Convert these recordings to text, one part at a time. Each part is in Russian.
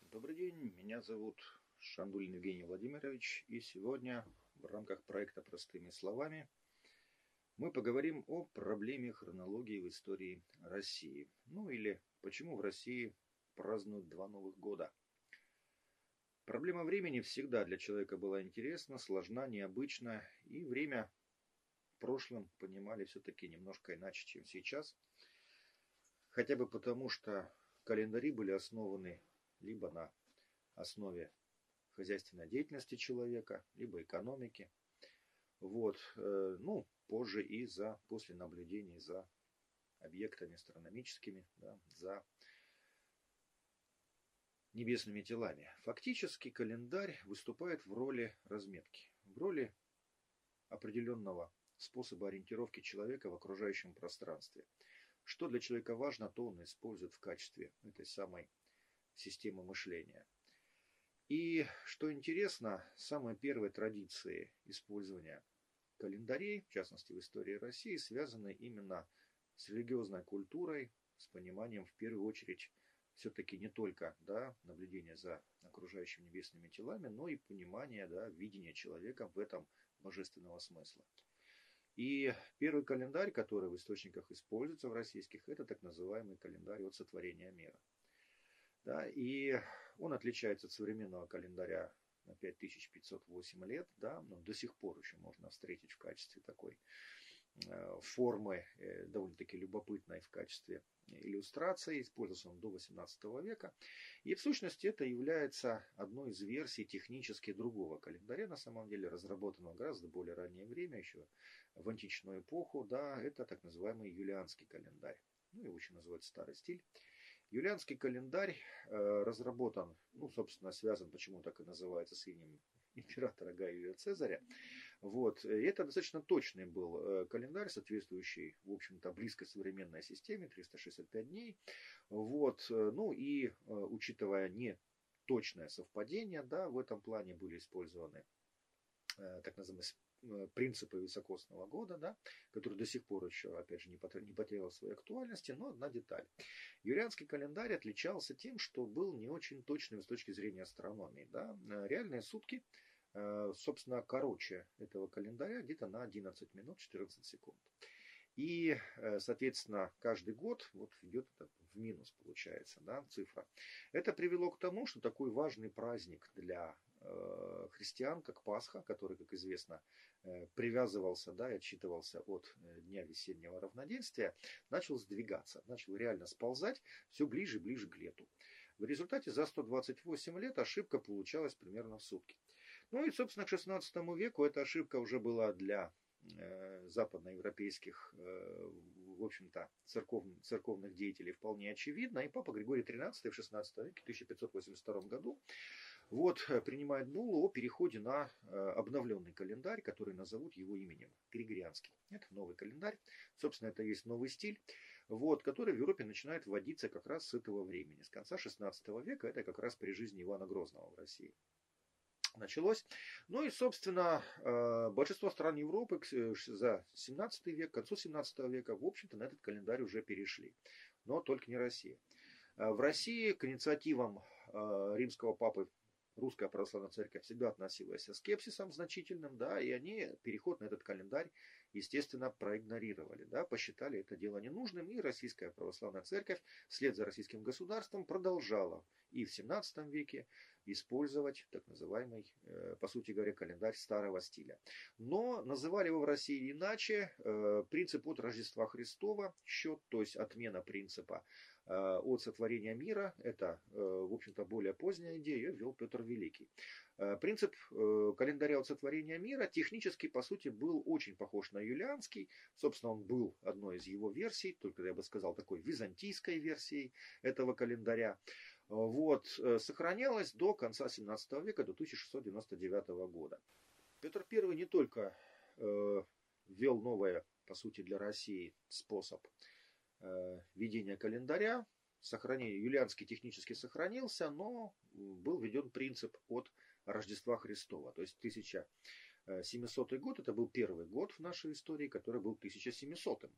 Добрый день, меня зовут Шандулин Евгений Владимирович, и сегодня в рамках проекта «Простыми словами» мы поговорим о проблеме хронологии в истории России. Ну или почему в России празднуют два Новых года. Проблема времени всегда для человека была интересна, сложна, необычна, и время в прошлом понимали все-таки немножко иначе, чем сейчас. Хотя бы потому, что календари были основаны либо на основе хозяйственной деятельности человека, либо экономики. Ну, позже после наблюдений за объектами астрономическими, да, за небесными телами. Фактически календарь выступает в роли разметки, в роли определенного способа ориентировки человека в окружающем пространстве. Что для человека важно, то он использует в качестве этой самой системы мышления. И, что интересно, самые первые традиции использования календарей, в частности в истории России, связаны именно с религиозной культурой, с пониманием в первую очередь все-таки не только наблюдения за окружающими небесными телами, но и понимание, видения человека в этом божественного смысла. И первый календарь, который в источниках используется в российских, это так называемый календарь от сотворения мира. Да, и он отличается от современного календаря на 5508 лет, да, но до сих пор еще можно встретить в качестве такой формы, довольно-таки любопытной в качестве иллюстрации, использовался он до 18 века. И в сущности это является одной из версий технически другого календаря, на самом деле разработанного в гораздо более раннее время, еще в античную эпоху, да, это так называемый юлианский календарь. Ну, его еще называют старый стиль. Юлианский календарь разработан, собственно, связан, почему так и называется, с именем императора Гая Юлия Цезаря. И это достаточно точный был календарь, соответствующий, в общем-то, близко современной системе, 365 дней. Учитывая не точное совпадение, в этом плане были использованы так называемые принципы високосного года, который до сих пор еще, опять же, не потерял своей актуальности, но одна деталь. Юлианский календарь отличался тем, что был не очень точным с точки зрения астрономии. Реальные сутки, собственно, короче этого календаря где-то на 11 минут 14 секунд. И, соответственно, каждый год идет это в минус, получается, цифра. Это привело к тому, что такой важный праздник для христиан, как Пасха, который, как известно, привязывался и отсчитывался от дня весеннего равноденствия, начал сдвигаться, начал реально сползать все ближе и ближе к лету. В результате за 128 лет ошибка получалась примерно в сутки. И, собственно, к 16 веку эта ошибка уже была для западноевропейских, в общем-то, церковных деятелей вполне очевидно. И папа Григорий XIII в 16 веке, в 1582 году, принимает буллу о переходе на обновленный календарь, который назовут его именем, Григорианский. Это новый календарь, собственно, это есть новый стиль, который в Европе начинает вводиться как раз с этого времени, с конца 16 века, это как раз при жизни Ивана Грозного в России началось. Собственно, большинство стран Европы за 17 век, к концу 17 века, в общем-то, на этот календарь уже перешли. Но только не Россия. В России к инициативам римского папы Русская Православная Церковь всегда относилась со скепсисом значительным, и они переход на этот календарь, естественно, проигнорировали, посчитали это дело ненужным, и Российская Православная Церковь вслед за российским государством продолжала и в 17 веке использовать так называемый, по сути говоря, календарь старого стиля. Но называли его в России иначе. Принцип от Рождества Христова, счет, то есть отмена принципа от сотворения мира, это, в общем-то, более поздняя идея, ее ввел Петр Великий. Принцип календаря от сотворения мира технически, по сути, был очень похож на юлианский. Собственно, он был одной из его версий, только, я бы сказал, такой византийской версией этого календаря. Сохранялось до конца 17 века, до 1699 года. Петр I не только ввел новое, по сути, для России способ ведения календаря, юлианский технически сохранился, но был введен принцип от Рождества Христова. То есть 1700 год, это был первый год в нашей истории, который был 1700-м.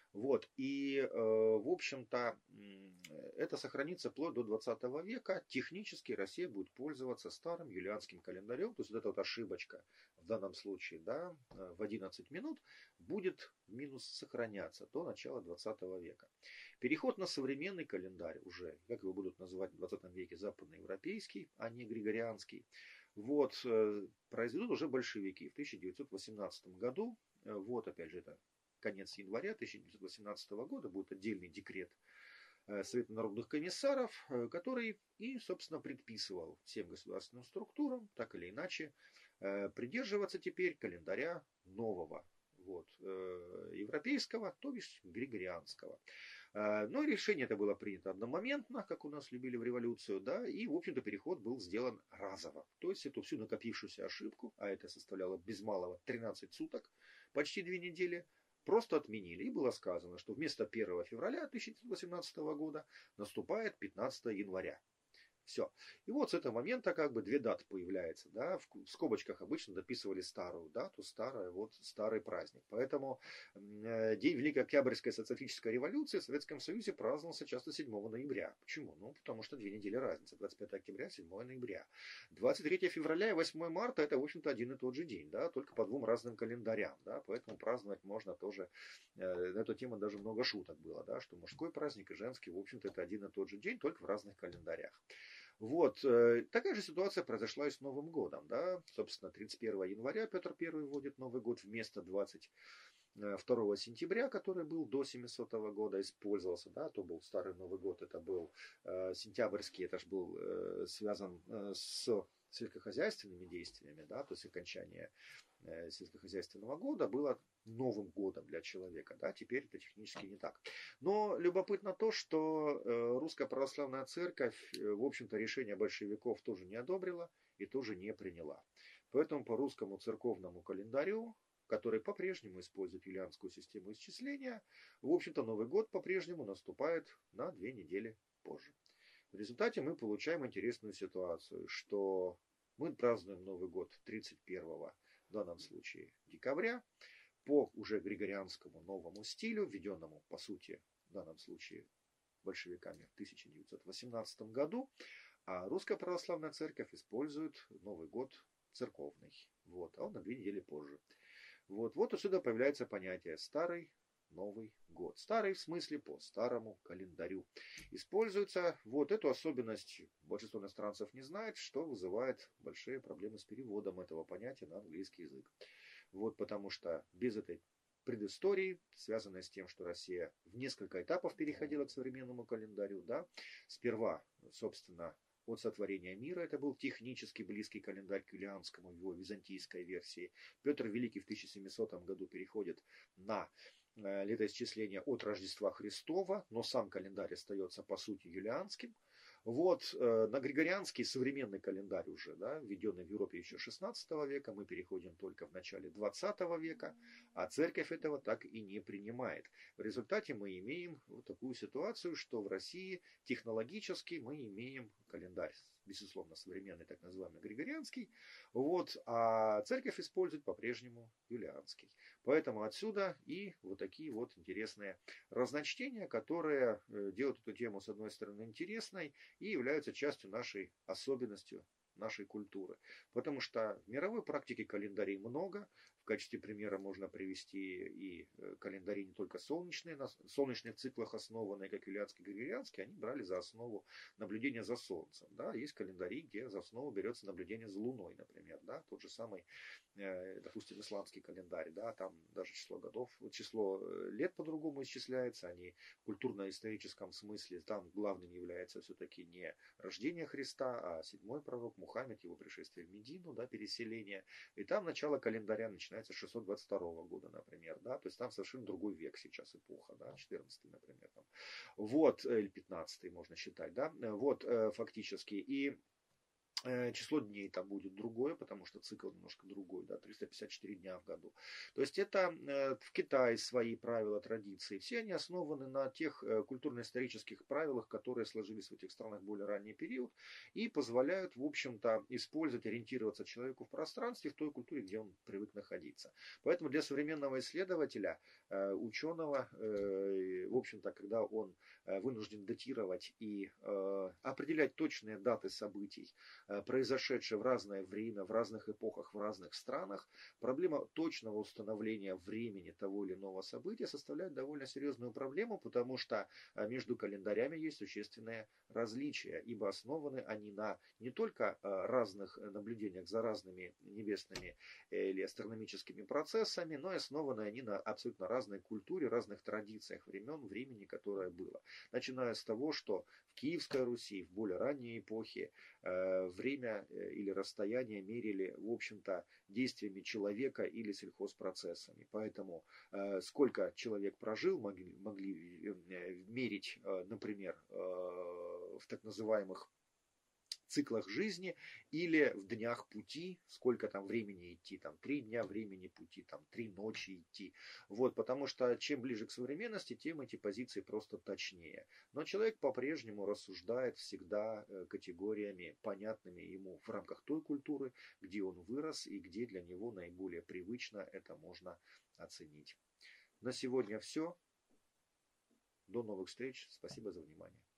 Вот, и, в общем-то, это сохранится вплоть до 20 века. Технически Россия будет пользоваться старым юлианским календарем, то есть вот эта вот ошибочка в данном случае, да, в 11 минут будет минус сохраняться до начала 20 века. Переход на современный календарь уже, как его будут называть в 20 веке, западноевропейский, а не григорианский, вот, произведут уже большевики в 1918 году. Вот, опять же, это конец января 1918 года, будет отдельный декрет Совета народных комиссаров, который и, собственно, предписывал всем государственным структурам, так или иначе, придерживаться теперь календаря нового, вот, европейского, то есть григорианского. Но решение это было принято одномоментно, как у нас любили в революцию, да, и, в общем-то, переход был сделан разово. То есть эту всю накопившуюся ошибку, а это составляло без малого 13 суток, почти 2 недели, просто отменили. И было сказано, что вместо 1 февраля 1918 года наступает 15 января. Все. И вот с этого момента как бы две даты появляются. Да? В скобочках обычно дописывали старую дату, вот старый праздник. Поэтому День Великой Октябрьской социалистической революции в Советском Союзе праздновался часто 7 ноября. Почему? Ну, потому что 2 недели разница. 25 октября, 7 ноября. 23 февраля и 8 марта это, в общем-то, один и тот же день, да? Только по двум разным календарям. Да? Поэтому праздновать можно тоже. На эту тему даже много шуток было, да? Что мужской праздник и женский, в общем-то, это один и тот же день, только в разных календарях. Вот. Такая же ситуация произошла и с Новым годом. Да? Собственно, 31 января Петр I вводит Новый год вместо 22 сентября, который был до 700 года, использовался. Да? То был Старый Новый год, это был сентябрьский, это же был связан с сельскохозяйственными действиями, да? То есть окончание сельскохозяйственного года было Новым годом для человека. Да? Теперь это технически не так. Но любопытно то, что Русская Православная Церковь, в общем-то, решение большевиков тоже не одобрила и тоже не приняла. Поэтому по русскому церковному календарю, который по-прежнему использует юлианскую систему исчисления, в общем-то, Новый год по-прежнему наступает на 2 недели позже. В результате мы получаем интересную ситуацию, что мы празднуем Новый год 31 в данном случае декабря, по уже григорианскому новому стилю, введенному, по сути, в данном случае большевиками в 1918 году, а Русская Православная Церковь использует Новый год церковный, вот, а он на 2 недели позже. Вот отсюда появляется понятие «старый Новый год». Старый в смысле по старому календарю. Используется вот эту особенность, большинство иностранцев не знает, что вызывает большие проблемы с переводом этого понятия на английский язык. Вот потому что без этой предыстории, связанной с тем, что Россия в несколько этапов переходила к современному календарю, да, сперва, собственно, от сотворения мира, это был технически близкий календарь к юлианскому, его византийской версии. Петр Великий в 1700 году переходит на летоисчисление от Рождества Христова, но сам календарь остается по сути юлианским. Вот на григорианский современный календарь уже, да, введенный в Европе еще 16 века, мы переходим только в начале 20 века, а церковь этого так и не принимает. В результате мы имеем вот такую ситуацию, что в России технологически мы имеем календарь, безусловно, современный, так называемый григорианский, вот, а церковь использует по-прежнему юлианский. Поэтому отсюда и вот такие вот интересные разночтения, которые делают эту тему, с одной стороны, интересной и являются частью нашей особенностью, нашей культуры. Потому что в мировой практике календарей много. В качестве примера можно привести и календари не только солнечные, на солнечных циклах основанные, как юлианский, григорианский, они брали за основу наблюдение за Солнцем. Да? Есть календари, где за основу берется наблюдение за Луной, например. Да? Тот же самый, допустим, исламский календарь. Да? Там даже число годов, число лет по-другому исчисляется, они в культурно-историческом смысле, там главным является все-таки не рождение Христа, а седьмой пророк Мухаммед, его пришествие в Медину, да, переселение. И там начало календаря начинается с 622 года, например, да, то есть там совершенно другой век сейчас, эпоха, да, 14, например, там. Вот, или 15 можно считать, да, вот, фактически. И Число дней там будет другое, потому что цикл немножко другой, да, 354 дня в году. То есть это в Китае свои правила, традиции. Все они основаны на тех культурно-исторических правилах, которые сложились в этих странах в более ранний период и позволяют, в общем-то, использовать, ориентироваться человеку в пространстве, в той культуре, где он привык находиться. Поэтому для современного исследователя, ученого, в общем-то, когда он вынужден датировать и определять точные даты событий, произошедшие в разное время, в разных эпохах, в разных странах, проблема точного установления времени того или иного события составляет довольно серьезную проблему, потому что между календарями есть существенные различия, ибо основаны они на не только разных наблюдениях за разными небесными или астрономическими процессами, но и основаны они на абсолютно разной культуре, разных традициях времен, времени, которое было. Начиная с того, что в Киевской Руси, в более ранней эпохе, время или расстояние мерили, в общем-то, действиями человека или сельхозпроцессами. Поэтому сколько человек прожил, могли мерить, например, в так называемых циклах жизни или в днях пути, сколько там времени идти, там 3 дня времени пути, там 3 ночи идти. Вот, потому что чем ближе к современности, тем эти позиции просто точнее. Но человек по-прежнему рассуждает всегда категориями, понятными ему в рамках той культуры, где он вырос и где для него наиболее привычно это можно оценить. На сегодня все. До новых встреч. Спасибо за внимание.